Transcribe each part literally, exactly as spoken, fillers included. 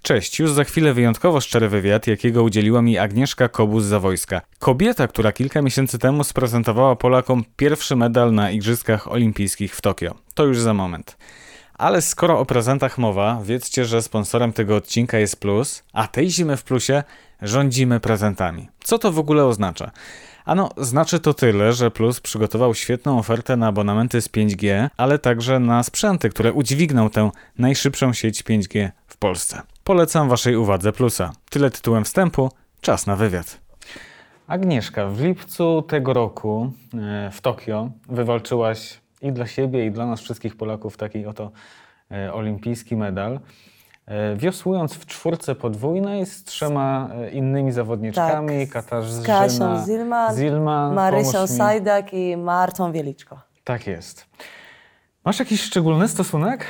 Cześć, już za chwilę wyjątkowo szczery wywiad, jakiego udzieliła mi Agnieszka Kobus-Zawojska. Kobieta, która kilka miesięcy temu sprezentowała Polakom pierwszy medal na Igrzyskach Olimpijskich w Tokio. To już za moment. Ale skoro o prezentach mowa, wiedzcie, że sponsorem tego odcinka jest Plus, a tej zimy w Plusie rządzimy prezentami. Co to w ogóle oznacza? Ano, znaczy to tyle, że Plus przygotował świetną ofertę na abonamenty z pięć G, ale także na sprzęty, które udźwigną tę najszybszą sieć pięć G w Polsce. Polecam waszej uwadze Plusa. Tyle tytułem wstępu, czas na wywiad. Agnieszka, w lipcu tego roku e, w Tokio wywalczyłaś i dla siebie, i dla nas wszystkich Polaków taki oto e, olimpijski medal. E, wiosłując w czwórce podwójnej z trzema e, innymi zawodniczkami, tak, Katarzyna z Kasią Zilman, Zilman Marysią Sajdak i Martą Wieliczko. Tak jest. Masz jakiś szczególny stosunek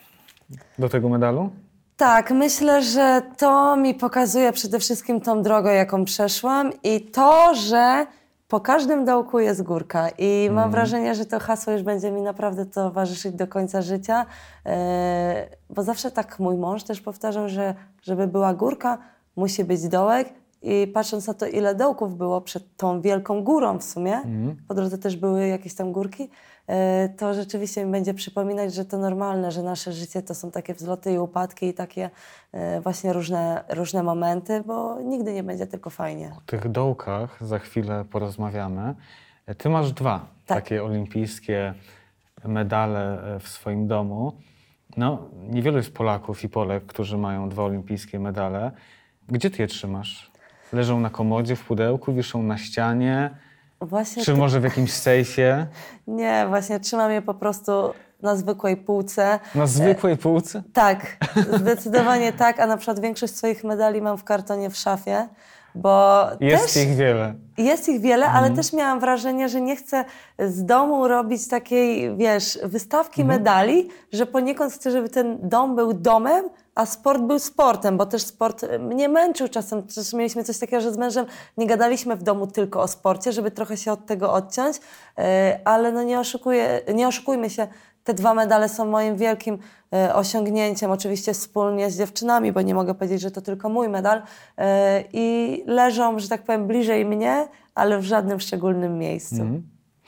do tego medalu? Tak, myślę, że to mi pokazuje przede wszystkim tą drogę, jaką przeszłam i to, że po każdym dołku jest górka i mam Mm. wrażenie, że to hasło już będzie mi naprawdę towarzyszyć do końca życia, yy, bo zawsze tak mój mąż też powtarzał, że żeby była górka, musi być dołek i patrząc na to, ile dołków było przed tą wielką górą w sumie, Mm. po drodze też były jakieś tam górki, yy, to rzeczywiście mi będzie przypominać, że to normalne, że nasze życie to są takie wzloty i upadki i takie yy, właśnie różne, różne momenty, bo nigdy nie będzie tylko fajnie. O tych dołkach za chwilę porozmawiamy. Ty masz dwa Tak. takie olimpijskie medale w swoim domu. No, niewielu jest Polaków i Polek, którzy mają dwa olimpijskie medale. Gdzie ty je trzymasz? Leżą na komodzie, w pudełku, wiszą na ścianie? Właśnie Czy to- może w jakimś sejfie? Nie, właśnie trzymam je po prostu na zwykłej półce. Na zwykłej półce? Tak, zdecydowanie tak, a na przykład większość swoich medali mam w kartonie w szafie, bo Jest też ich wiele. jest ich wiele, ale też miałam wrażenie, że nie chcę z domu robić takiej, wiesz, wystawki medali, że poniekąd chcę, żeby ten dom był domem, a sport był sportem, bo też sport mnie męczył czasem. Też mieliśmy coś takiego, że z mężem nie gadaliśmy w domu tylko o sporcie, żeby trochę się od tego odciąć, yy, ale no nie oszukuję, nie oszukujmy się, te dwa medale są moim wielkim e, osiągnięciem, oczywiście wspólnie z dziewczynami, bo nie mogę powiedzieć, że to tylko mój medal e, i leżą, że tak powiem, bliżej mnie, ale w żadnym szczególnym miejscu. Mhm.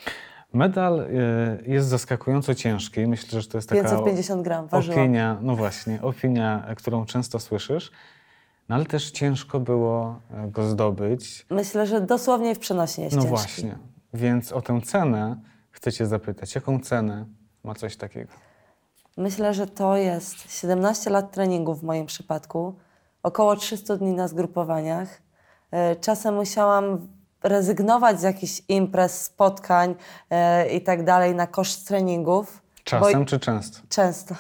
Medal y, jest zaskakująco ciężki. Myślę, że to jest taka pięćset pięćdziesiąt gram ważyłam. opinia, no właśnie, opinia, którą często słyszysz, no ale też ciężko było e, go zdobyć. Myślę, że dosłownie w przenośni jest No ciężki. właśnie, więc o tę cenę chcę cię zapytać. Jaką cenę ma coś takiego? Myślę, że to jest siedemnaście lat treningu w moim przypadku, około trzysta dni na zgrupowaniach. E, Czasem musiałam rezygnować z jakichś imprez, spotkań e, i tak dalej na koszt treningów. Czasem Bo- czy często? Często.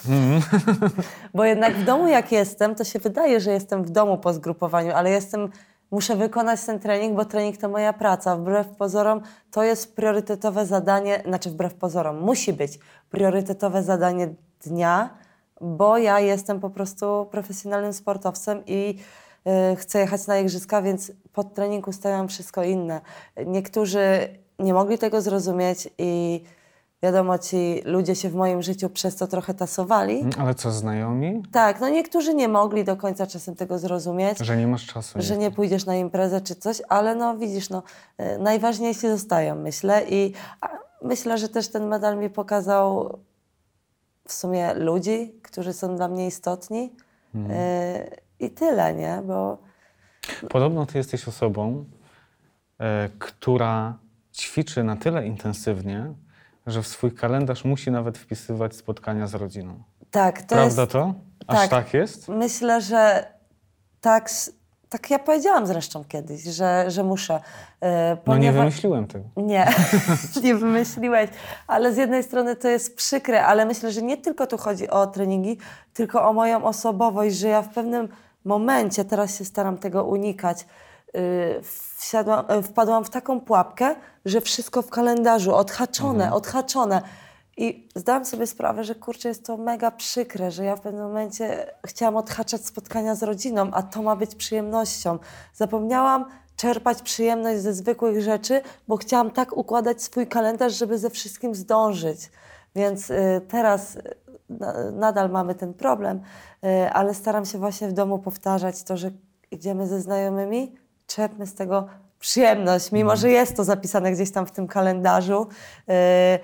Bo jednak w domu jak jestem, to się wydaje, że jestem w domu po zgrupowaniu, ale jestem, muszę wykonać ten trening, bo trening to moja praca. Wbrew pozorom to jest priorytetowe zadanie, znaczy wbrew pozorom, musi być priorytetowe zadanie dnia, bo ja jestem po prostu profesjonalnym sportowcem i y, chcę jechać na igrzyska, więc pod trening ustawiam wszystko inne. Niektórzy nie mogli tego zrozumieć i wiadomo, ci ludzie się w moim życiu przez to trochę tasowali. Mm, Ale co, znajomi? Tak, no niektórzy nie mogli do końca czasem tego zrozumieć, Że nie masz czasu. że nie pójdziesz na imprezę czy coś, ale no widzisz, no y, najważniejsi zostają, myślę. I a, myślę, że też ten medal mi pokazał w sumie ludzi, którzy są dla mnie istotni. Y, I tyle, nie? Bo Podobno ty jesteś osobą, e, która ćwiczy na tyle intensywnie, że w swój kalendarz musi nawet wpisywać spotkania z rodziną. tak, to Prawda jest... to? Aż tak, tak. jest? Myślę, że tak, s- tak ja powiedziałam zresztą kiedyś, że, że muszę. y, No nie ponieważ- wymyśliłem tego. Nie, nie wymyśliłeś, ale z jednej strony to jest przykre, ale myślę, że nie tylko tu chodzi o treningi, tylko o moją osobowość, że ja w pewnym momencie, teraz się staram tego unikać, yy, wsiadłam, yy, wpadłam w taką pułapkę, że wszystko w kalendarzu, odhaczone, odhaczone. I zdałam sobie sprawę, że kurczę, jest to mega przykre, że ja w pewnym momencie chciałam odhaczać spotkania z rodziną, a to ma być przyjemnością. Zapomniałam czerpać przyjemność ze zwykłych rzeczy, bo chciałam tak układać swój kalendarz, żeby ze wszystkim zdążyć. Więc y, teraz na, nadal mamy ten problem, y, ale staram się właśnie w domu powtarzać to, że idziemy ze znajomymi, czerpmy z tego przyjemność, mimo Mhm. że jest to zapisane gdzieś tam w tym kalendarzu, y,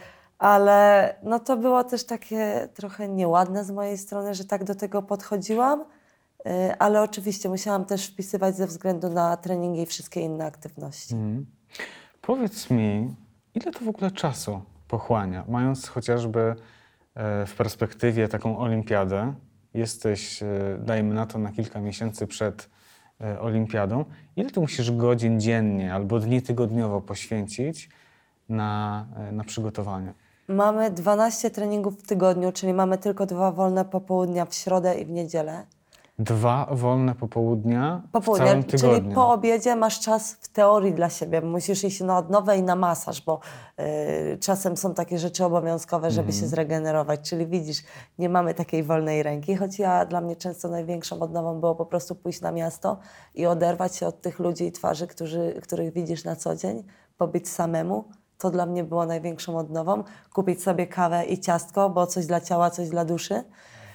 ale no to było też takie trochę nieładne z mojej strony, że tak do tego podchodziłam, y, ale oczywiście musiałam też wpisywać ze względu na treningi i wszystkie inne aktywności. Mhm. Powiedz mi, ile to w ogóle czasu pochłania, mając chociażby e, w perspektywie taką olimpiadę, jesteś, e, dajmy na to, na kilka miesięcy przed e, olimpiadą, ile ty musisz godzin dziennie albo dni tygodniowo poświęcić na, e, na przygotowanie? Mamy dwanaście treningów w tygodniu, czyli mamy tylko dwa wolne popołudnia w środę i w niedzielę. Dwa wolne popołudnia w Popołudnie, całym czyli tygodniu. po obiedzie masz czas w teorii dla siebie. Musisz iść na odnowę i na masaż, bo y, czasem są takie rzeczy obowiązkowe, żeby się zregenerować. Czyli widzisz, nie mamy takiej wolnej ręki, choć ja, dla mnie często największą odnową było po prostu pójść na miasto i oderwać się od tych ludzi i twarzy, którzy, których widzisz na co dzień, pobyć samemu. To dla mnie było największą odnową. Kupić sobie kawę i ciastko, bo coś dla ciała, coś dla duszy. Y,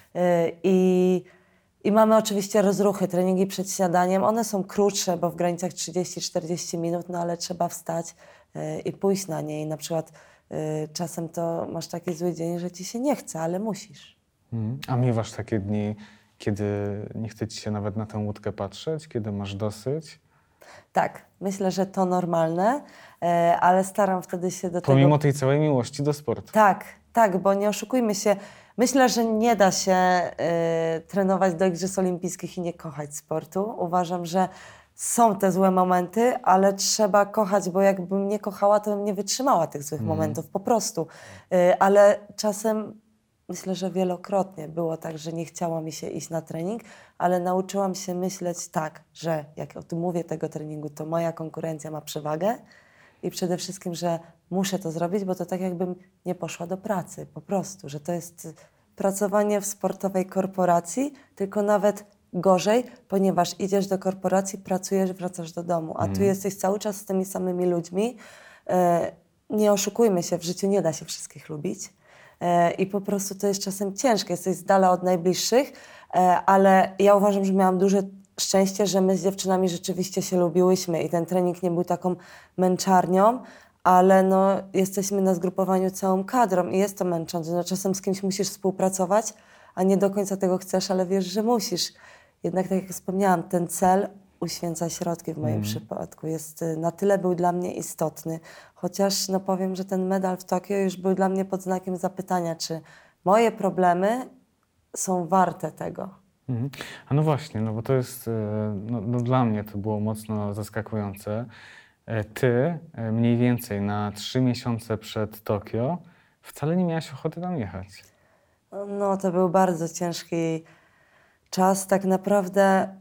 I I mamy oczywiście rozruchy, treningi przed śniadaniem. One są krótsze, bo w granicach trzydzieści czterdzieści minut, no ale trzeba wstać y, i pójść na nie. I na przykład y, czasem to masz taki zły dzień, że ci się nie chce, ale musisz. Mhm. A miewasz takie dni, kiedy nie chce ci się nawet na tę łódkę patrzeć, kiedy masz dosyć? Tak, myślę, że to normalne, y, ale staram wtedy się do tego... Pomimo tej całej miłości do sportu. Tak, tak, bo nie oszukujmy się. Myślę, że nie da się y, trenować do Igrzysk Olimpijskich i nie kochać sportu. Uważam, że są te złe momenty, ale trzeba kochać, bo jakbym nie kochała, to bym nie wytrzymała tych złych Mm. momentów, po prostu. Y, ale czasem, myślę, że wielokrotnie było tak, że nie chciało mi się iść na trening, ale nauczyłam się myśleć tak, że jak odmówię tego treningu, to moja konkurencja ma przewagę i przede wszystkim, że muszę to zrobić, bo to tak jakbym nie poszła do pracy, po prostu, że to jest pracowanie w sportowej korporacji, tylko nawet gorzej, ponieważ idziesz do korporacji, pracujesz, wracasz do domu, a tu jesteś cały czas z tymi samymi ludźmi. E, nie oszukujmy się, w życiu nie da się wszystkich lubić e, i po prostu to jest czasem ciężkie, jesteś z dala od najbliższych, e, ale ja uważam, że miałam duże szczęście, że my z dziewczynami rzeczywiście się lubiłyśmy i ten trening nie był taką męczarnią, ale no, jesteśmy na zgrupowaniu całą kadrą i jest to męczące. No, czasem z kimś musisz współpracować, a nie do końca tego chcesz, ale wiesz, że musisz. Jednak tak jak wspomniałam, ten cel uświęca środki w moim przypadku. Jest, y, na tyle był dla mnie istotny. Chociaż no, powiem, że ten medal w Tokio już był dla mnie pod znakiem zapytania, czy moje problemy są warte tego. Mhm. A no właśnie, no bo to jest, e, no, no dla mnie to było mocno zaskakujące. E, Ty e, mniej więcej na trzy miesiące przed Tokio wcale nie miałaś ochoty tam jechać. No, to był bardzo ciężki czas. Tak naprawdę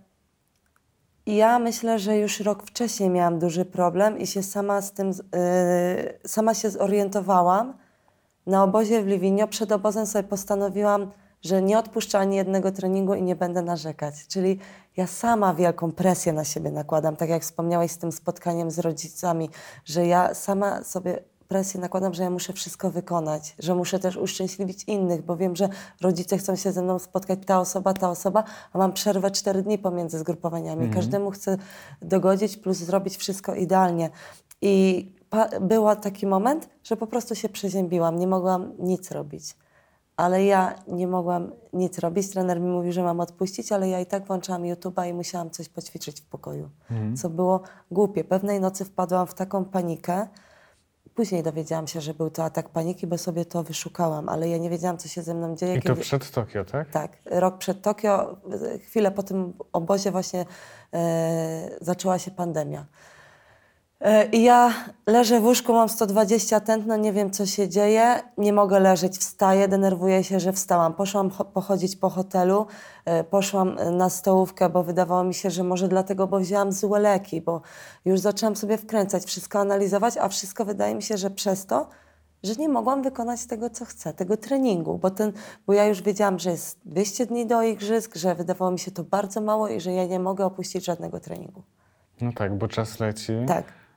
ja myślę, że już rok wcześniej miałam duży problem i się sama z tym, yy, sama się zorientowałam. Na obozie w Livigno przed obozem sobie postanowiłam, że nie odpuszczę ani jednego treningu i nie będę narzekać. Czyli ja sama wielką presję na siebie nakładam, tak jak wspomniałeś z tym spotkaniem z rodzicami, że ja sama sobie presję nakładam, że ja muszę wszystko wykonać, że muszę też uszczęśliwić innych, bo wiem, że rodzice chcą się ze mną spotkać, ta osoba, ta osoba, a mam przerwę cztery dni pomiędzy zgrupowaniami. Mhm. Każdemu chcę dogodzić plus zrobić wszystko idealnie. I pa- był taki moment, że po prostu się przeziębiłam, nie mogłam nic robić. Ale ja nie mogłam nic robić. Trener mi mówił, że mam odpuścić, ale ja i tak włączałam YouTube'a i musiałam coś poćwiczyć w pokoju, Mhm. co było głupie. Pewnej nocy wpadłam w taką panikę. Później dowiedziałam się, że był to atak paniki, bo sobie to wyszukałam, ale ja nie wiedziałam, co się ze mną dzieje. I to kiedy... przed Tokio, tak? Tak, rok przed Tokio, chwilę po tym obozie właśnie e, zaczęła się pandemia. E, I ja leżę w łóżku, mam sto dwadzieścia tętno, nie wiem, co się dzieje, nie mogę leżeć, wstaję, denerwuję się, że wstałam. Poszłam cho- pochodzić po hotelu, e, poszłam na stołówkę, bo wydawało mi się, że może dlatego, bo wzięłam złe leki, bo już zaczęłam sobie wkręcać, wszystko analizować, a wszystko wydaje mi się, że przez to, że nie mogłam wykonać tego, co chcę, tego treningu, bo, ten, bo ja już wiedziałam, że jest dwieście dni do igrzysk, że wydawało mi się to bardzo mało i że ja nie mogę opuścić żadnego treningu. No tak, bo czas leci, Tak.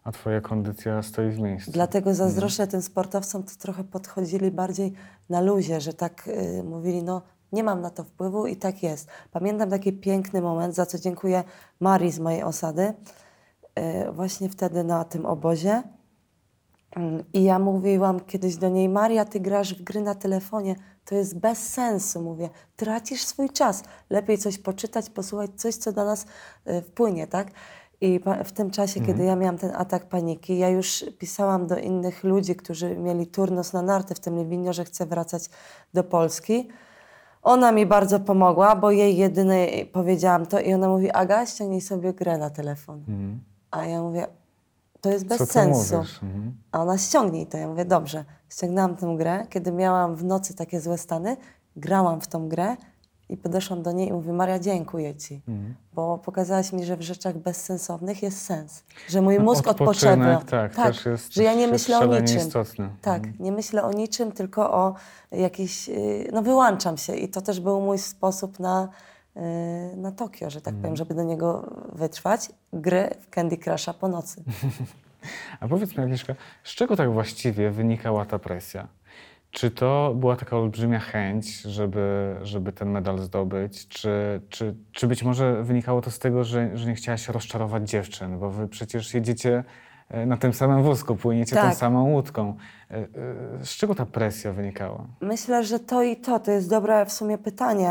A twoja kondycja stoi w miejscu. Dlatego zazdroszczę mm. tym sportowcom, to trochę podchodzili bardziej na luzie, że tak y, mówili, no nie mam na to wpływu i tak jest. Pamiętam taki piękny moment, za co dziękuję Marii z mojej osady, y, właśnie wtedy na tym obozie. Y, I ja mówiłam kiedyś do niej, Maria, ty grasz w gry na telefonie, to jest bez sensu, mówię, tracisz swój czas. Lepiej coś poczytać, posłuchać, coś, co do nas y, wpłynie, tak? I w tym czasie, mhm. kiedy ja miałam ten atak paniki, ja już pisałam do innych ludzi, którzy mieli turnus na narty w tym Liwiniu, że chcę wracać do Polski. Ona mi bardzo pomogła, bo jej jedynej powiedziałam to i ona mówi, Aga, ściągnij sobie grę na telefon. Mhm. A ja mówię, to jest bez Co ty sensu. Mhm. A ona ściągnij to. Ja mówię, dobrze. Ściągnęłam tę grę. Kiedy miałam w nocy takie złe stany, grałam w tą grę i podeszłam do niej i mówię, Maria, dziękuję ci, mhm. bo pokazałaś mi, że w rzeczach bezsensownych jest sens. Że mój mózg odpoczywa. Tak, tak, też jest, że ja nie myślę o niczym. Istotny. Tak, mhm. nie myślę o niczym, tylko o jakiś, no wyłączam się i to też był mój sposób na, na Tokio, że tak mhm. powiem, żeby do niego wytrwać. Gry w Candy Crusha po nocy. A powiedz mi, Agnieszka, z czego tak właściwie wynikała ta presja? Czy to była taka olbrzymia chęć, żeby, żeby ten medal zdobyć? Czy, czy, czy być może wynikało to z tego, że, że nie chciałaś rozczarować dziewczyn? Bo wy przecież jedziecie na tym samym wózku, płyniecie tak. tą samą łódką. Z czego ta presja wynikała? Myślę, że to i to. To jest dobre w sumie pytanie.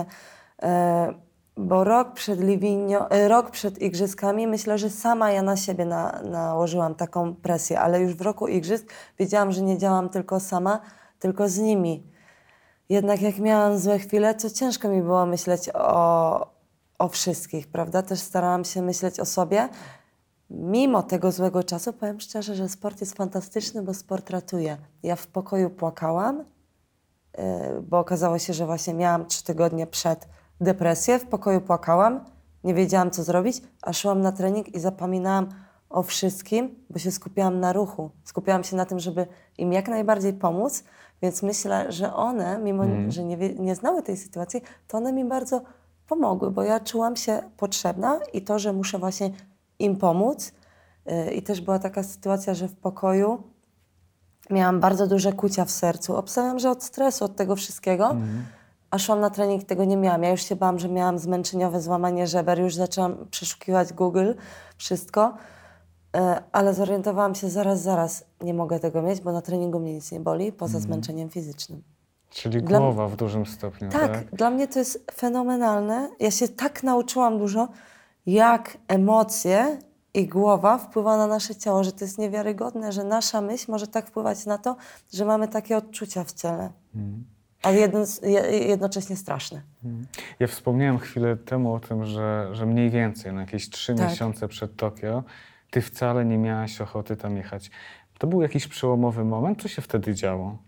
Bo rok przed Livigno, rok przed igrzyskami myślę, że sama ja na siebie na, nałożyłam taką presję. Ale już w roku igrzysk wiedziałam, że nie działam tylko sama, tylko z nimi. Jednak jak miałam złe chwile, to ciężko mi było myśleć o, o wszystkich, prawda? Też starałam się myśleć o sobie. Mimo tego złego czasu, powiem szczerze, że sport jest fantastyczny, bo sport ratuje. Ja w pokoju płakałam, yy, bo okazało się, że właśnie miałam trzy tygodnie przed depresję. W pokoju płakałam, nie wiedziałam, co zrobić, a szłam na trening i zapominałam o wszystkim, bo się skupiałam na ruchu. Skupiałam się na tym, żeby im jak najbardziej pomóc, więc myślę, że one, mimo mm. że nie, nie znały tej sytuacji, to one mi bardzo pomogły, bo ja czułam się potrzebna i to, że muszę właśnie im pomóc. Yy, I też była taka sytuacja, że w pokoju miałam bardzo duże kucia w sercu. Obstawiam, że od stresu, od tego wszystkiego, mm. a szłam na trening, tego nie miałam. Ja już się bałam, że miałam zmęczeniowe złamanie żeber, już zaczęłam przeszukiwać Google, wszystko. Ale zorientowałam się zaraz, zaraz, nie mogę tego mieć, bo na treningu mnie nic nie boli, poza mm. zmęczeniem fizycznym. Czyli dla głowa w dużym stopniu, tak? Tak, dla mnie to jest fenomenalne. Ja się tak nauczyłam dużo, jak emocje i głowa wpływa na nasze ciało, że to jest niewiarygodne, że nasza myśl może tak wpływać na to, że mamy takie odczucia w ciele. Mm. Ale jedno, jednocześnie straszne. Mm. Ja wspomniałem chwilę temu o tym, że, że mniej więcej, na jakieś trzy tak. miesiące przed Tokio, ty wcale nie miałaś ochoty tam jechać. To był jakiś przełomowy moment? Co się wtedy działo?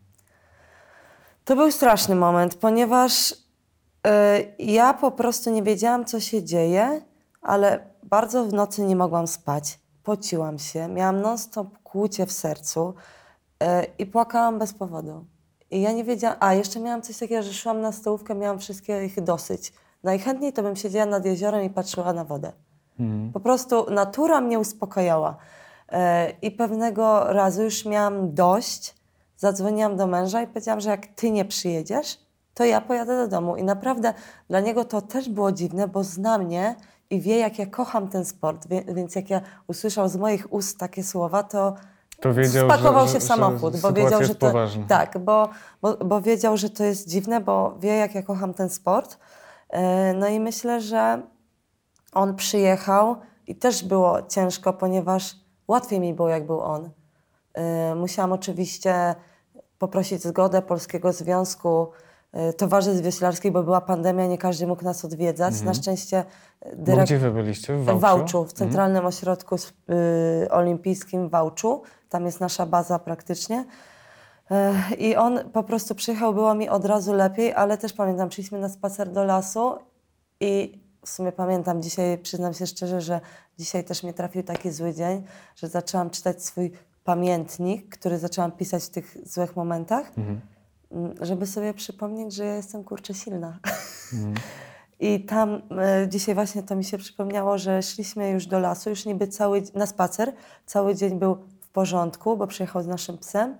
To był straszny moment, ponieważ yy, ja po prostu nie wiedziałam, co się dzieje, ale bardzo w nocy nie mogłam spać. Pociłam się, miałam non-stop kłucie w sercu yy, i płakałam bez powodu. I ja nie wiedziałam... A, jeszcze miałam coś takiego, że szłam na stołówkę, miałam wszystkich dosyć. Najchętniej to bym siedziała nad jeziorem i patrzyła na wodę. Mhm. Po prostu natura mnie uspokajała. Yy, I pewnego razu już miałam dość. Zadzwoniłam do męża i powiedziałam, że jak ty nie przyjedziesz, to ja pojadę do domu. I naprawdę dla niego to też było dziwne, bo zna mnie i wie, jak ja kocham ten sport. Wie, więc jak ja usłyszał z moich ust takie słowa, to, to wiedział, spakował że, się w samochód. Że bo wiedział, jest że to poważna. Tak, bo, bo, bo wiedział, że to jest dziwne, bo wie, jak ja kocham ten sport. Yy, no i myślę, że on przyjechał i też było ciężko, ponieważ łatwiej mi było, jak był on. Yy, musiałam oczywiście poprosić zgodę Polskiego Związku y, Towarzystw Wioślarskich, bo była pandemia, nie każdy mógł nas odwiedzać. Mm. Na szczęście dyrekt... Gdzie wy byliście? W Wałczu? W Wałczu, w Centralnym mm. Ośrodku y, Olimpijskim w Wałczu. Tam jest nasza baza praktycznie. Y, I on po prostu przyjechał, było mi od razu lepiej, ale też pamiętam, przyszliśmy na spacer do lasu i w sumie pamiętam dzisiaj, przyznam się szczerze, że dzisiaj też mnie trafił taki zły dzień, że zaczęłam czytać swój pamiętnik, który zaczęłam pisać w tych złych momentach, mhm. żeby sobie przypomnieć, że ja jestem kurczę silna. Mhm. I tam e, dzisiaj właśnie to mi się przypomniało, że szliśmy już do lasu, już niby cały na spacer, cały dzień był w porządku, bo przyjechał z naszym psem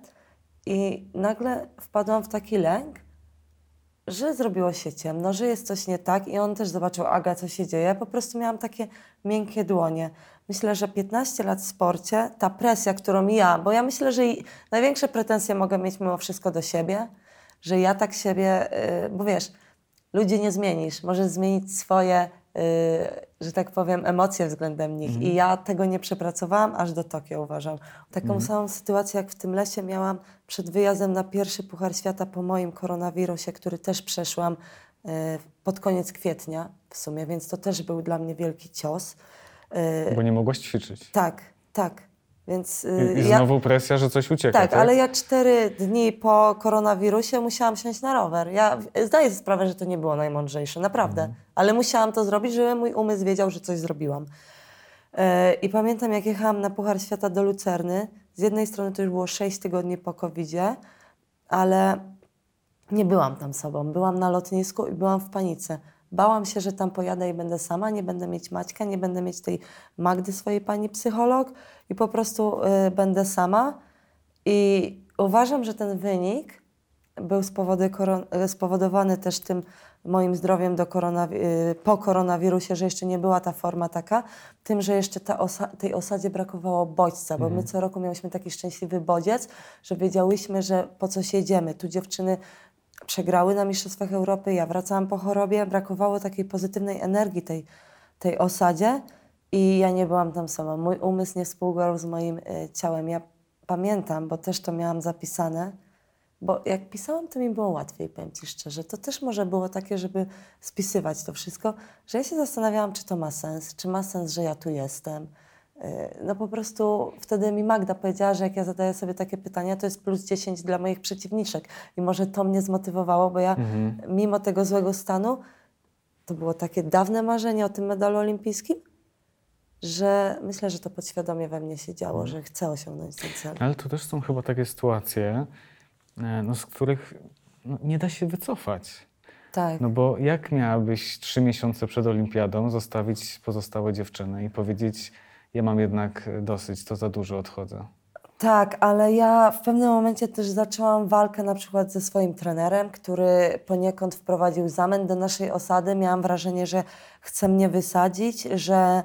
i nagle wpadłam w taki lęk, że zrobiło się ciemno, że jest coś nie tak i on też zobaczył, Aga, co się dzieje. Ja po prostu miałam takie miękkie dłonie. Myślę, że piętnaście lat w sporcie, ta presja, którą ja, bo ja myślę, że i największe pretensje mogę mieć mimo wszystko do siebie, że ja tak siebie, yy, bo wiesz, ludzi nie zmienisz, możesz zmienić swoje, yy, że tak powiem, emocje względem nich. Mhm. I ja tego nie przepracowałam aż do Tokio, uważam. Taką Mhm. samą sytuację, jak w tym lesie miałam przed wyjazdem na pierwszy Puchar Świata po moim koronawirusie, który też przeszłam yy, pod koniec kwietnia w sumie, więc to też był dla mnie wielki cios. Yy, Bo nie mogłaś ćwiczyć. tak, tak. Więc, I, i ja, znowu presja, że coś ucieka, tak, tak? ale ja cztery dni po koronawirusie musiałam siąść na rower. Ja zdaję sobie sprawę, że to nie było najmądrzejsze, naprawdę. Mhm. Ale musiałam to zrobić, żeby mój umysł wiedział, że coś zrobiłam. Yy, I pamiętam, jak jechałam na Puchar Świata do Lucerny. Z jednej strony to już było sześć tygodni po kowidzie, ale nie byłam tam sobą. Byłam na lotnisku i byłam w panice. Bałam się, że tam pojadę i będę sama, nie będę mieć Maćka, nie będę mieć tej Magdy, swojej pani psycholog i po prostu y, będę sama. I uważam, że ten wynik był spowody, koron- spowodowany też tym moim zdrowiem do koronawi- y, po koronawirusie, że jeszcze nie była ta forma taka, tym, że jeszcze ta osa- tej osadzie brakowało bodźca, bo my co roku miałyśmy taki szczęśliwy bodziec, że wiedziałyśmy, że po coś jedziemy. Tu dziewczyny przegrały na Mistrzostwach Europy, ja wracałam po chorobie, brakowało takiej pozytywnej energii tej, tej osadzie i ja nie byłam tam sama. Mój umysł nie współgrał z moim y, ciałem. Ja pamiętam, bo też to miałam zapisane, bo jak pisałam, to mi było łatwiej, powiem Ci szczerze. To też może było takie, żeby spisywać to wszystko, że ja się zastanawiałam, czy to ma sens, czy ma sens, że ja tu jestem. No po prostu wtedy mi Magda powiedziała, że jak ja zadaję sobie takie pytania, to jest plus dziesięć dla moich przeciwniczek. I może to mnie zmotywowało, bo ja Mhm. mimo tego złego stanu, to było takie dawne marzenie o tym medalu olimpijskim, że myślę, że to podświadomie we mnie się działo, że chcę osiągnąć ten cel. Ale to też są chyba takie sytuacje, e, no, z których no, nie da się wycofać. Tak. No bo jak miałabyś trzy miesiące przed olimpiadą zostawić pozostałe dziewczyny i powiedzieć, ja mam jednak dosyć, to za dużo, odchodzę. Tak, ale ja w pewnym momencie też zaczęłam walkę na przykład ze swoim trenerem, który poniekąd wprowadził zamęt do naszej osady. Miałam wrażenie, że chce mnie wysadzić, że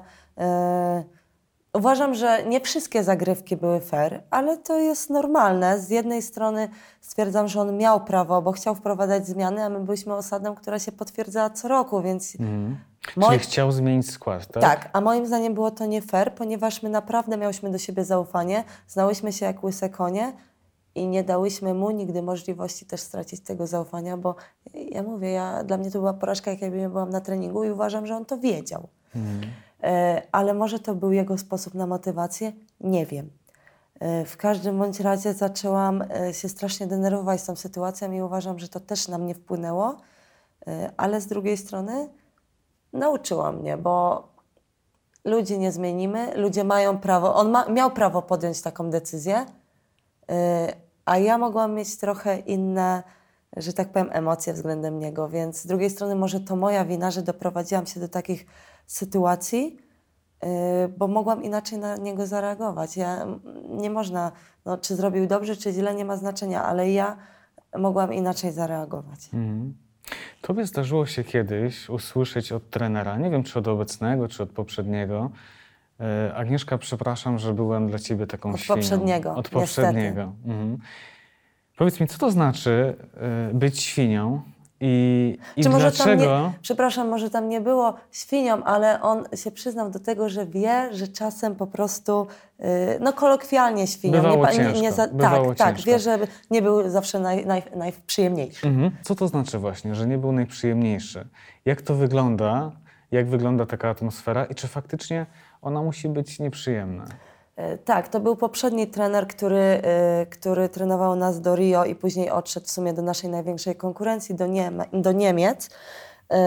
e, uważam, że nie wszystkie zagrywki były fair, ale to jest normalne. Z jednej strony stwierdzam, że on miał prawo, bo chciał wprowadzać zmiany, a my byliśmy osadą, która się potwierdzała co roku, więc... Mhm. Moi- Czyli chciał zmienić skład, tak? Tak, a moim zdaniem było to nie fair, ponieważ my naprawdę miałyśmy do siebie zaufanie, znałyśmy się jak łyse konie i nie dałyśmy mu nigdy możliwości też stracić tego zaufania, bo ja mówię, ja, dla mnie to była porażka, jak ja byłam na treningu i uważam, że on to wiedział. Mhm. E, ale może to był jego sposób na motywację? Nie wiem. E, w każdym bądź razie zaczęłam e, się strasznie denerwować z tą sytuacją i uważam, że to też na mnie wpłynęło, e, ale z drugiej strony nauczyła mnie, bo ludzi nie zmienimy, ludzie mają prawo, on ma, miał prawo podjąć taką decyzję, yy, a ja mogłam mieć trochę inne, że tak powiem, emocje względem niego, więc z drugiej strony może to moja wina, że doprowadziłam się do takich sytuacji, yy, bo mogłam inaczej na niego zareagować. Ja, nie można, no, czy zrobił dobrze, czy źle, nie ma znaczenia, ale ja mogłam inaczej zareagować. Mhm. Tobie zdarzyło się kiedyś usłyszeć od trenera, nie wiem czy od obecnego, czy od poprzedniego, e, Agnieszka, przepraszam, że byłem dla ciebie taką Od świnią. poprzedniego, Od poprzedniego. Mhm. Powiedz mi, co to znaczy e, być świnią i, i Czy może dlaczego... tam nie, przepraszam, może tam nie było świnią, ale on się przyznał do tego, że wie, że czasem po prostu, yy, no kolokwialnie świnią. Bywało nie, pa- ciężko, nie, nie za, bywało tak, tak, ciężko. wie, że nie był zawsze naj, naj, najprzyjemniejszy. Mhm. Co to znaczy właśnie, że nie był najprzyjemniejszy? Jak to wygląda? Jak wygląda taka atmosfera i czy faktycznie ona musi być nieprzyjemna? Yy, tak, to był poprzedni trener, który, yy, który trenował nas do Rio i później odszedł w sumie do naszej największej konkurencji, do, Nieme- do Niemiec. Yy,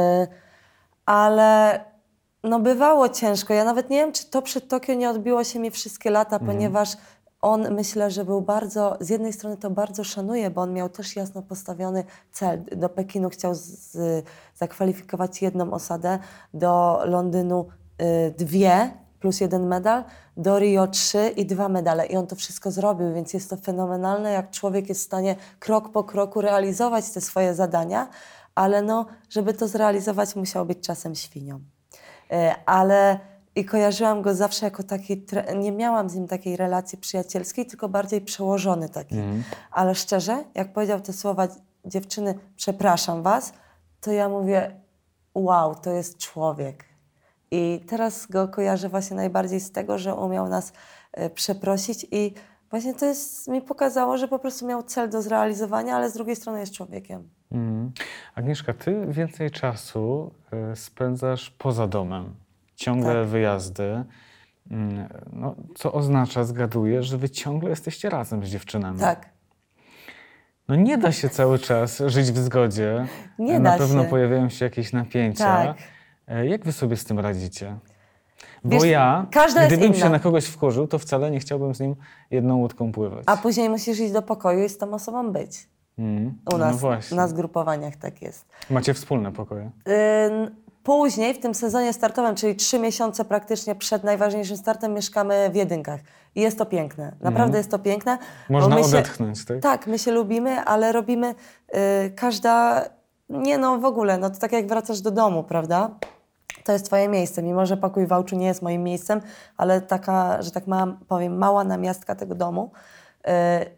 ale no bywało ciężko. Ja nawet nie wiem, czy to przed Tokio nie odbiło się mi wszystkie lata, Mhm. ponieważ on myślę, że był bardzo, z jednej strony to bardzo szanuje, bo on miał też jasno postawiony cel. Do Pekinu chciał z, zakwalifikować jedną osadę, do Londynu y, dwie plus jeden medal, do Rio trzy i dwa medale. I on to wszystko zrobił, więc jest to fenomenalne, jak człowiek jest w stanie krok po kroku realizować te swoje zadania, ale no, żeby to zrealizować, musiał być czasem świnią. Y, ale i kojarzyłam go zawsze jako taki, nie miałam z nim takiej relacji przyjacielskiej, tylko bardziej przełożony taki. Mm. Ale szczerze, jak powiedział te słowa, dziewczyny, przepraszam was, to ja mówię, wow, to jest człowiek. I teraz go kojarzę właśnie najbardziej z tego, że umiał nas y, przeprosić i właśnie to jest, mi pokazało, że po prostu miał cel do zrealizowania, ale z drugiej strony jest człowiekiem. Mm. Agnieszka, ty więcej czasu y, spędzasz poza domem. Ciągle tak. wyjazdy, no, co oznacza, zgaduję, że wy ciągle jesteście razem z dziewczynami. Tak. No nie da się cały czas żyć w zgodzie. Nie Na da pewno się. pojawiają się jakieś napięcia. Tak. Jak wy sobie z tym radzicie? Bo Wiesz, ja, gdybym się inna. na kogoś wkurzył, to wcale nie chciałbym z nim jedną łódką pływać. A później musisz iść do pokoju i z tą osobą być. Mm. U nas, no właśnie. na zgrupowaniach tak jest. Macie wspólne pokoje? Ym, Później w tym sezonie startowym, czyli trzy miesiące praktycznie przed najważniejszym startem, mieszkamy w jedynkach. I jest to piękne. Naprawdę mm. jest to piękne. Można my odetchnąć, się, tak? Tak, my się lubimy, ale robimy y, każda... Nie no, w ogóle, no to tak jak wracasz do domu, prawda? To jest twoje miejsce. Mimo że pokój w Wałczu nie jest moim miejscem, ale taka, że tak mam, powiem, mała namiastka tego domu. Y,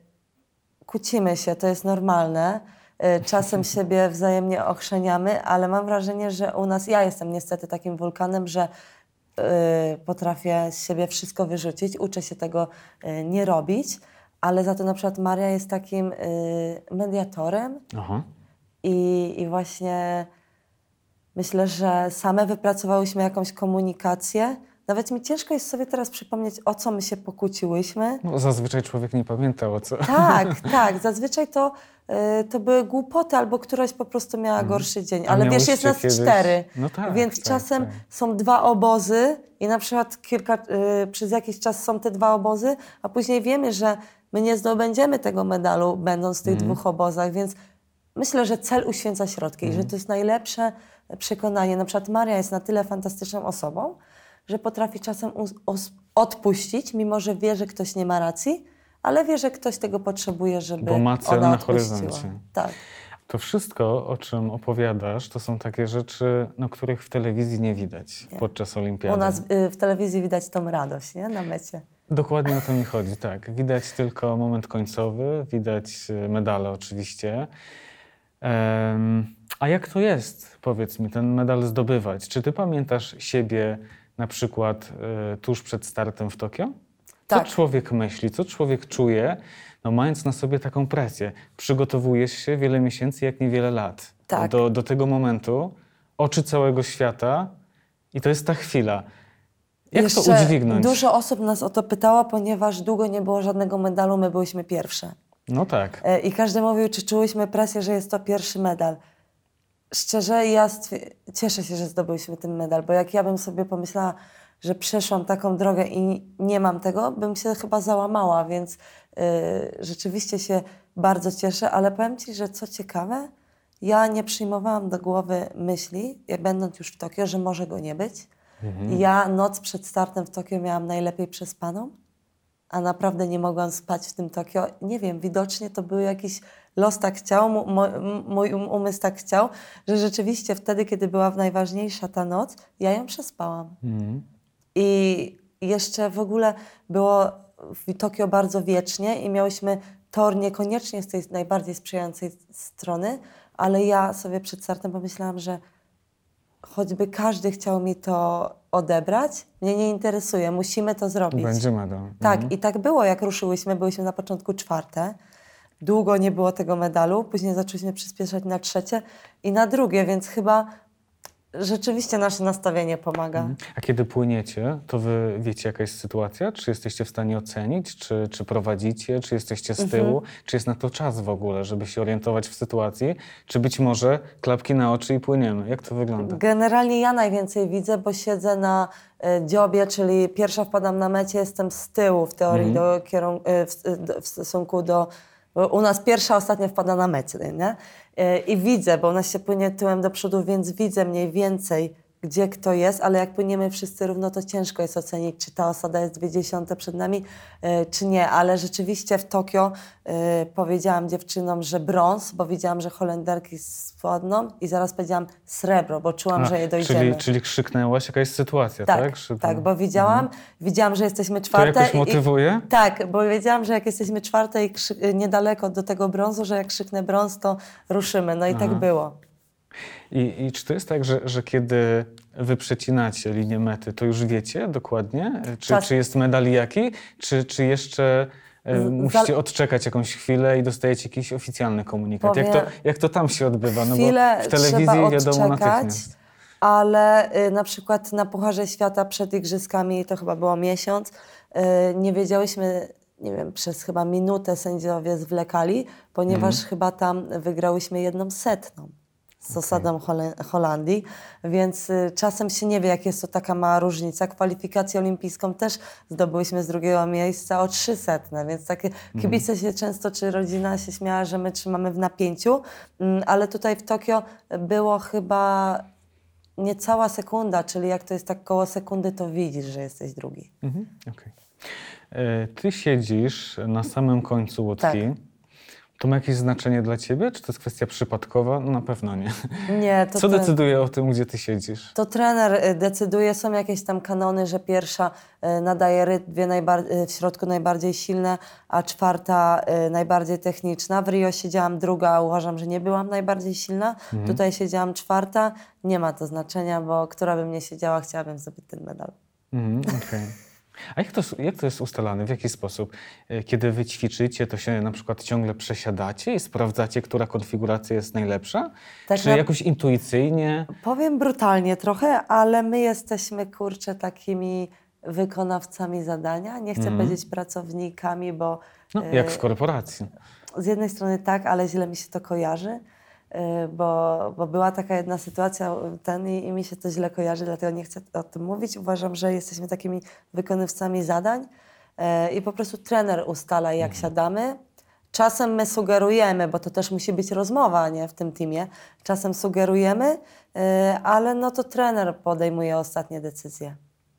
kłócimy się, to jest normalne. Czasem siebie wzajemnie ochrzeniamy, ale mam wrażenie, że u nas, ja jestem niestety takim wulkanem, że y, potrafię z siebie wszystko wyrzucić, uczę się tego y, nie robić, ale za to na przykład Maria jest takim y, mediatorem. Aha. I, i właśnie myślę, że same wypracowałyśmy jakąś komunikację. Nawet mi ciężko jest sobie teraz przypomnieć, o co my się pokłóciłyśmy. No, zazwyczaj człowiek nie pamięta o co. Tak, tak. Zazwyczaj to, y, to były głupoty albo któraś po prostu miała hmm. gorszy dzień. Ale wiesz, jest nas kiedyś... cztery, no tak, więc tak, czasem tak. są dwa obozy i na przykład kilka, y, przez jakiś czas są te dwa obozy, a później wiemy, że my nie zdobędziemy tego medalu, będąc w tych hmm. dwóch obozach, więc myślę, że cel uświęca środki hmm. i że to jest najlepsze przekonanie. Na przykład Maria jest na tyle fantastyczną osobą, że potrafi czasem odpuścić, mimo że wie, że ktoś nie ma racji, ale wie, że ktoś tego potrzebuje, żeby Bo ma cel ona na odpuściła. horyzoncie. Tak. To wszystko, o czym opowiadasz, to są takie rzeczy, no, których w telewizji nie widać nie. podczas olimpiady. U nas y, w telewizji widać tą radość, nie? Na mecie. Dokładnie o to mi chodzi, tak. Widać tylko moment końcowy, widać medale oczywiście. Um, a jak to jest, powiedz mi, ten medal zdobywać? Czy ty pamiętasz siebie na przykład y, tuż przed startem w Tokio? Co tak. człowiek myśli, co człowiek czuje, no, mając na sobie taką presję? Przygotowujesz się wiele miesięcy, jak nie wiele lat tak. do, do tego momentu, oczy całego świata i to jest ta chwila. Jak Jeszcze to udźwignąć? Dużo osób nas o to pytało, ponieważ długo nie było żadnego medalu, my byłyśmy pierwsze. No tak. I każdy mówił, czy czułyśmy presję, że jest to pierwszy medal. Szczerze, ja cieszę się, że zdobyliśmy ten medal, bo jak ja bym sobie pomyślała, że przeszłam taką drogę i nie mam tego, bym się chyba załamała, więc yy, rzeczywiście się bardzo cieszę, ale powiem ci, że co ciekawe, ja nie przyjmowałam do głowy myśli, jak będąc już w Tokio, że może go nie być. Mhm. Ja noc przed startem w Tokio miałam najlepiej przespaną, a naprawdę nie mogłam spać w tym Tokio. Nie wiem, widocznie to był jakiś los tak chciał, mój umysł tak chciał, że rzeczywiście wtedy, kiedy była najważniejsza ta noc, ja ją przespałam. Mm. I jeszcze w ogóle było w Tokio bardzo wiecznie i miałyśmy tor niekoniecznie z tej najbardziej sprzyjającej strony, ale ja sobie przed startem pomyślałam, że choćby każdy chciał mi to odebrać, mnie nie interesuje, musimy to zrobić. Będziemy to. Tak, mhm. i tak było, jak ruszyłyśmy, byłyśmy na początku czwarte, długo nie było tego medalu, później zaczęliśmy przyspieszać na trzecie i na drugie, więc chyba Rzeczywiście nasze nastawienie pomaga. A kiedy płyniecie, to wy wiecie, jaka jest sytuacja? Czy jesteście w stanie ocenić? Czy, czy prowadzicie? Czy jesteście z tyłu? Mhm. Czy jest na to czas w ogóle, żeby się orientować w sytuacji? Czy być może klapki na oczy i płyniemy? Jak to wygląda? Generalnie ja najwięcej widzę, bo siedzę na y, dziobie, czyli pierwsza wpadam na mecie, jestem z tyłu w teorii mhm. do kierun- y, w, do, w stosunku do... Bo u nas pierwsza, ostatnia wpada na mecie, nie? Y, I widzę, bo u nas się płynie tyłem do przodu, więc widzę mniej więcej, gdzie kto jest, ale jak płyniemy wszyscy równo, to ciężko jest ocenić, czy ta osada jest dwie dziesiąte przed nami, y, czy nie. Ale rzeczywiście w Tokio y, powiedziałam dziewczynom, że brąz, bo widziałam, że Holenderki spadną i zaraz powiedziałam srebro, bo czułam, A, że je dojdziemy. Czyli, czyli krzyknęłaś, jaka jest sytuacja, tak? Tak, Krzyknę. tak, bo widziałam, mhm. widziałam, że jesteśmy czwarte. To jakoś motywuje? I, tak, bo wiedziałam, że jak jesteśmy czwarte i krzy- niedaleko do tego brązu, że jak krzyknę brąz, to ruszymy. No i Aha. tak było. I, I czy to jest tak, że, że kiedy wy przecinacie linię mety, to już wiecie dokładnie, czy, Czas... czy jest medal jaki, czy, czy jeszcze e, musicie odczekać jakąś chwilę i dostajecie jakiś oficjalny komunikat? Powiem, jak, to, jak to tam się odbywa? No bo w telewizji wiadomo natychmiast. Ale y, na przykład na Pucharze Świata przed Igrzyskami, to chyba było miesiąc, y, nie wiedziałyśmy, nie wiem, przez chyba minutę sędziowie zwlekali, ponieważ mm. chyba tam wygrałyśmy jedną setną z osadą okay. Holandii, więc y, czasem się nie wie, jak jest to taka mała różnica. Kwalifikację olimpijską też zdobyłyśmy z drugiego miejsca o trzy setne, więc takie kibice mm. się często, czy rodzina się śmiała, że my trzymamy w napięciu, y, ale tutaj w Tokio było chyba niecała sekunda, czyli jak to jest tak koło sekundy, to widzisz, że jesteś drugi. Mhm. Okay. E, ty siedzisz na samym końcu łódki. Tak. To ma jakieś znaczenie dla ciebie? Czy to jest kwestia przypadkowa? No na pewno nie. Nie, to Co ten... decyduje o tym, gdzie ty siedzisz? To trener decyduje. Są jakieś tam kanony, że pierwsza nadaje rytm, dwie najbar- w środku najbardziej silne, a czwarta najbardziej techniczna. W Rio siedziałam druga, a uważam, że nie byłam najbardziej silna. Mhm. Tutaj siedziałam czwarta. Nie ma to znaczenia, bo która by mnie siedziała, chciałabym zdobyć ten medal. Mhm, okej. Okay. A jak to, jak to jest ustalane? W jaki sposób? Kiedy wy ćwiczycie, to się na przykład ciągle przesiadacie i sprawdzacie, która konfiguracja jest najlepsza? Tak. Czy na... jakoś intuicyjnie? Powiem brutalnie trochę, ale my jesteśmy, kurczę, takimi wykonawcami zadania. Nie chcę mm. powiedzieć pracownikami, bo... No, jak w korporacji. Z jednej strony tak, ale źle mi się to kojarzy. Bo, bo była taka jedna sytuacja ten i, i mi się to źle kojarzy, dlatego nie chcę o tym mówić. Uważam, że jesteśmy takimi wykonawcami zadań e, i po prostu trener ustala, jak mhm. siadamy. Czasem my sugerujemy, bo to też musi być rozmowa, nie, w tym teamie. Czasem sugerujemy, e, ale no to trener podejmuje ostatnie decyzje.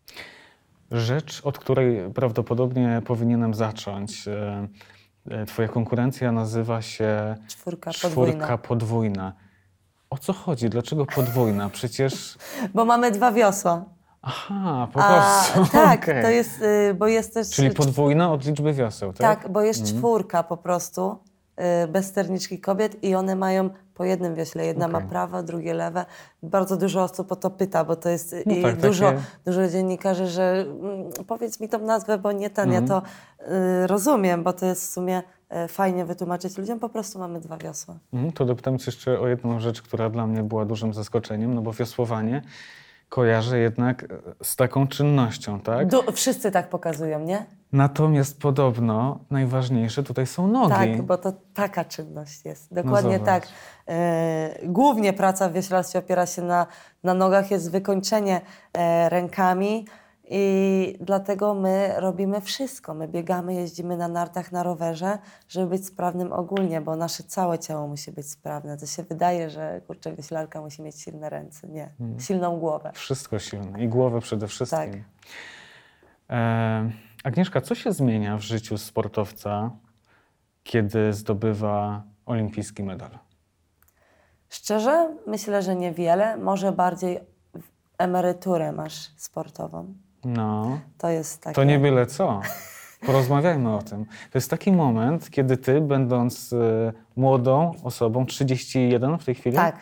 Rzecz, od której prawdopodobnie powinienem zacząć. E, Twoja konkurencja nazywa się Czwórka, czwórka podwójna. podwójna. O co chodzi? Dlaczego podwójna? Przecież... Bo mamy dwa wiosła. Aha, po A, prostu. tak, okay. to jest, y, bo jest też... Czyli podwójna od liczby wioseł, tak? Tak, bo jest mm. czwórka po prostu, y, bez sterniczki kobiet i one mają po jednym wiośle. Jedna okay. ma prawe, drugie lewe. Bardzo dużo osób o to pyta, bo to jest no i tak, dużo, takie... dużo dziennikarzy, że mm, powiedz mi tą nazwę, bo nie ten, mm. ja to y, rozumiem, bo to jest w sumie y, fajnie wytłumaczyć ludziom, po prostu mamy dwa wiosła. Mm, to dopytam cię jeszcze o jedną rzecz, która dla mnie była dużym zaskoczeniem, no bo wiosłowanie kojarzę jednak z taką czynnością, tak? Du- wszyscy tak pokazują, nie? Natomiast podobno najważniejsze tutaj są nogi. Tak, bo to taka czynność jest. Dokładnie no tak. E, głównie praca w wioślarstwie opiera się na, na nogach, jest wykończenie e, rękami i dlatego my robimy wszystko. My biegamy, jeździmy na nartach, na rowerze, żeby być sprawnym ogólnie, bo nasze całe ciało musi być sprawne. To się wydaje, że kurczę, wioślarka musi mieć silne ręce. Nie, hmm. silną głowę. Wszystko silne i głowę przede wszystkim. Tak. E, Agnieszka, co się zmienia w życiu sportowca, kiedy zdobywa olimpijski medal? Szczerze, myślę, że niewiele. Może bardziej emeryturę masz sportową. No, to jest takie... To nie byle co. Porozmawiajmy o tym. To jest taki moment, kiedy ty, będąc y, młodą osobą, trzydzieści jeden w tej chwili, tak.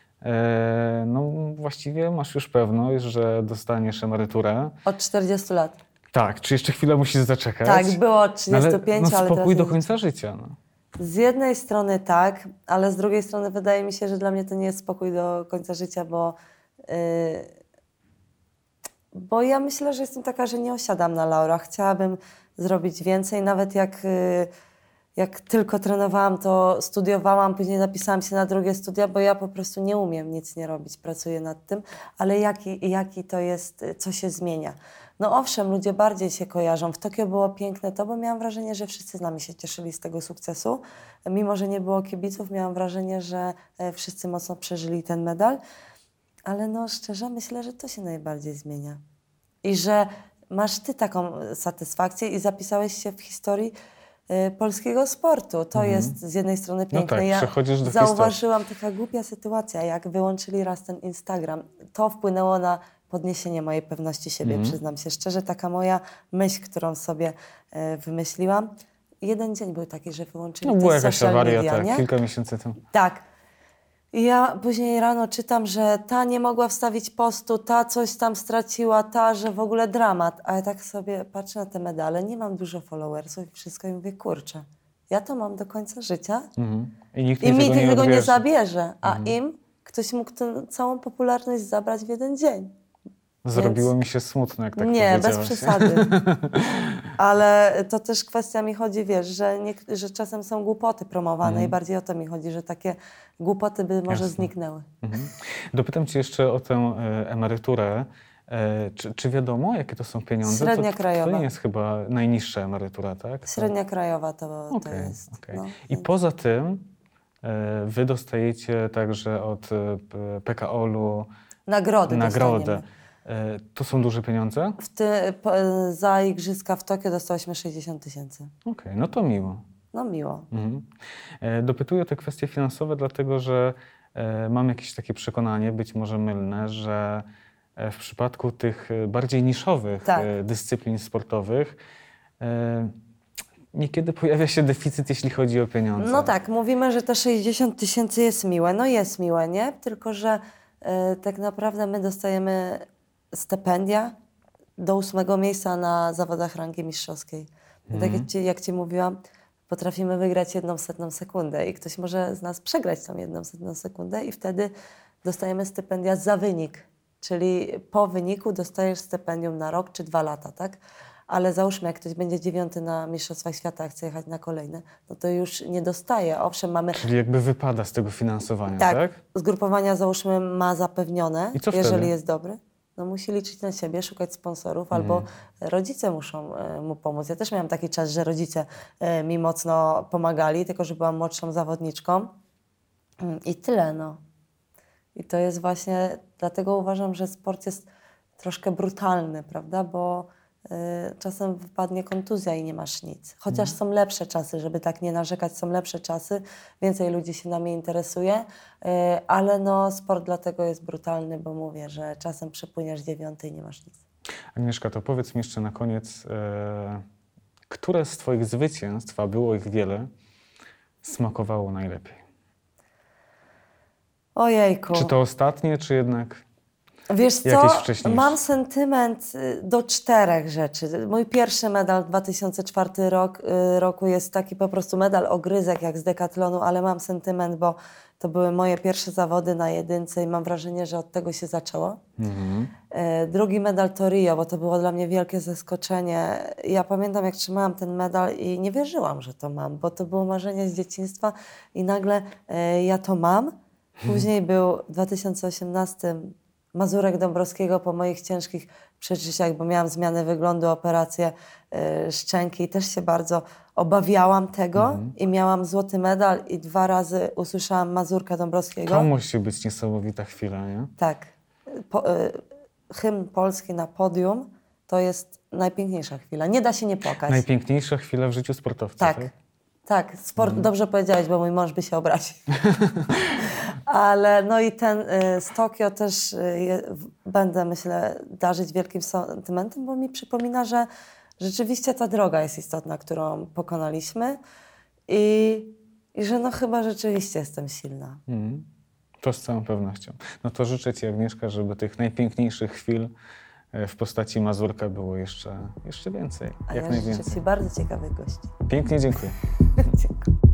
e, no właściwie masz już pewność, że dostaniesz emeryturę. Od czterdziestu lat. Tak, czy jeszcze chwilę musisz zaczekać? Tak, było od trzydziestu pięciu, no, ale, no, spokój ale do końca życia. No. Z jednej strony tak, ale z drugiej strony wydaje mi się, że dla mnie to nie jest spokój do końca życia, bo Bo ja myślę, że jestem taka, że nie osiadam na laurach. Chciałabym zrobić więcej, nawet jak, jak tylko trenowałam, to studiowałam, później napisałam się na drugie studia, bo ja po prostu nie umiem nic nie robić, pracuję nad tym, ale jaki, jaki to jest, co się zmienia. No owszem, ludzie bardziej się kojarzą. W Tokio było piękne to, bo miałam wrażenie, że wszyscy z nami się cieszyli z tego sukcesu. Mimo że nie było kibiców, miałam wrażenie, że wszyscy mocno przeżyli ten medal. Ale no szczerze myślę, że to się najbardziej zmienia. I że masz ty taką satysfakcję i zapisałeś się w historii y, polskiego sportu. To mhm. jest z jednej strony piękne. No tak, ja przechodzisz do zauważyłam historii. Taka głupia sytuacja, jak wyłączyli raz ten Instagram. To wpłynęło na podniesienie mojej pewności siebie, mhm. przyznam się szczerze. Taka moja myśl, którą sobie y, wymyśliłam. Jeden dzień był taki, że wyłączyli no, była jakaś awaria, media, tak, nie? kilka miesięcy temu. Tak. I ja później rano czytam, że ta nie mogła wstawić postu, ta coś tam straciła, ta, że w ogóle dramat. A ja tak sobie patrzę na te medale, nie mam dużo followersów i wszystko i mówię, kurczę, ja to mam do końca życia mhm. i nikt i mi tego, nie, tego nie nie zabierze. A mhm. im ktoś mógł tę całą popularność zabrać w jeden dzień. Zrobiło Więc... mi się smutno, jak tak nie, powiedziałaś. bez przesady. Ale to też kwestia mi chodzi, wiesz, że, nie, że czasem są głupoty promowane mm. i bardziej o to mi chodzi, że takie głupoty by może Jasne. zniknęły. Mhm. Dopytam cię jeszcze o tę e, emeryturę. E, czy, czy wiadomo, jakie to są pieniądze? Średnia to, krajowa. To nie jest chyba najniższa emerytura, tak? Średnia krajowa to, okay, to jest. Okay. No, I więc... poza tym e, wy dostajecie także od e, P K O L-u nagrody. nagrodę. To są duże pieniądze? W ty, po, za igrzyska w Tokio dostałyśmy sześćdziesiąt tysięcy. Okej, okay, no to miło. No miło. Mhm. Dopytuję o te kwestie finansowe, dlatego że mam jakieś takie przekonanie, być może mylne, że w przypadku tych bardziej niszowych tak. dyscyplin sportowych niekiedy pojawia się deficyt, jeśli chodzi o pieniądze. No tak, mówimy, że te sześćdziesiąt tysięcy jest miłe. No jest miłe, nie? Tylko że e, tak naprawdę my dostajemy stypendia do ósmego miejsca na zawodach rangi mistrzowskiej. Mm. Tak jak ci, jak ci mówiłam, potrafimy wygrać jedną setną sekundę i ktoś może z nas przegrać tą jedną setną sekundę i wtedy dostajemy stypendia za wynik. Czyli po wyniku dostajesz stypendium na rok czy dwa lata, tak? Ale załóżmy, jak ktoś będzie dziewiąty na Mistrzostwach Świata, a chce jechać na kolejne, no to już nie dostaje. Owszem, mamy... Czyli jakby wypada z tego finansowania, tak? Tak, zgrupowania załóżmy ma zapewnione, I co jeżeli wtedy? jest dobry. No musi liczyć na siebie, szukać sponsorów, mhm. albo rodzice muszą e, mu pomóc. Ja też miałam taki czas, że rodzice e, mi mocno pomagali, tylko że byłam młodszą zawodniczką. I tyle, no. I to jest właśnie, dlatego uważam, że sport jest troszkę brutalny, prawda, bo y, czasem wypadnie kontuzja i nie masz nic. Chociaż są lepsze czasy, żeby tak nie narzekać, są lepsze czasy, więcej ludzi się nami interesuje, y, ale no sport dlatego jest brutalny, bo mówię, że czasem przepłyniesz dziewiąty i nie masz nic. Agnieszka, to powiedz mi jeszcze na koniec, e, które z twoich zwycięstw, a było ich wiele, smakowało najlepiej? Ojejku. Czy to ostatnie, czy jednak Wiesz co, jakieś wcześniejsze? Mam sentyment do czterech rzeczy. Mój pierwszy medal w dwa tysiące czwartym rok, roku jest taki po prostu medal ogryzek jak z Decathlonu, ale mam sentyment, bo to były moje pierwsze zawody na jedynce i mam wrażenie, że od tego się zaczęło. Mhm. Drugi medal to Rio, bo to było dla mnie wielkie zaskoczenie. Ja pamiętam, jak trzymałam ten medal i nie wierzyłam, że to mam, bo to było marzenie z dzieciństwa i nagle e, ja to mam. Później był w dwa tysiące osiemnastym Mazurek Dąbrowskiego po moich ciężkich przeżyciach, bo miałam zmianę wyglądu, operację y, szczęki i też się bardzo obawiałam tego mm. i miałam złoty medal i dwa razy usłyszałam Mazurka Dąbrowskiego. To musi być niesamowita chwila, nie? Tak. Po, y, hymn polski na podium to jest najpiękniejsza chwila. Nie da się nie płakać. Najpiękniejsza chwila w życiu sportowca, tak? Tak. Tak, sport, mm. dobrze powiedziałeś, bo mój mąż by się obraził. Ale no i ten y, z Tokio też y, je, będę, myślę, darzyć wielkim sentymentem, bo mi przypomina, że rzeczywiście ta droga jest istotna, którą pokonaliśmy i, i że no chyba rzeczywiście jestem silna. Mm. To z całą pewnością. No to życzę ci, Agnieszka, żeby tych najpiękniejszych chwil w postaci Mazurka było jeszcze, jeszcze więcej. A jak ja najwięcej. życzę ci bardzo ciekawych gości. Pięknie dziękuję. Dziękuję.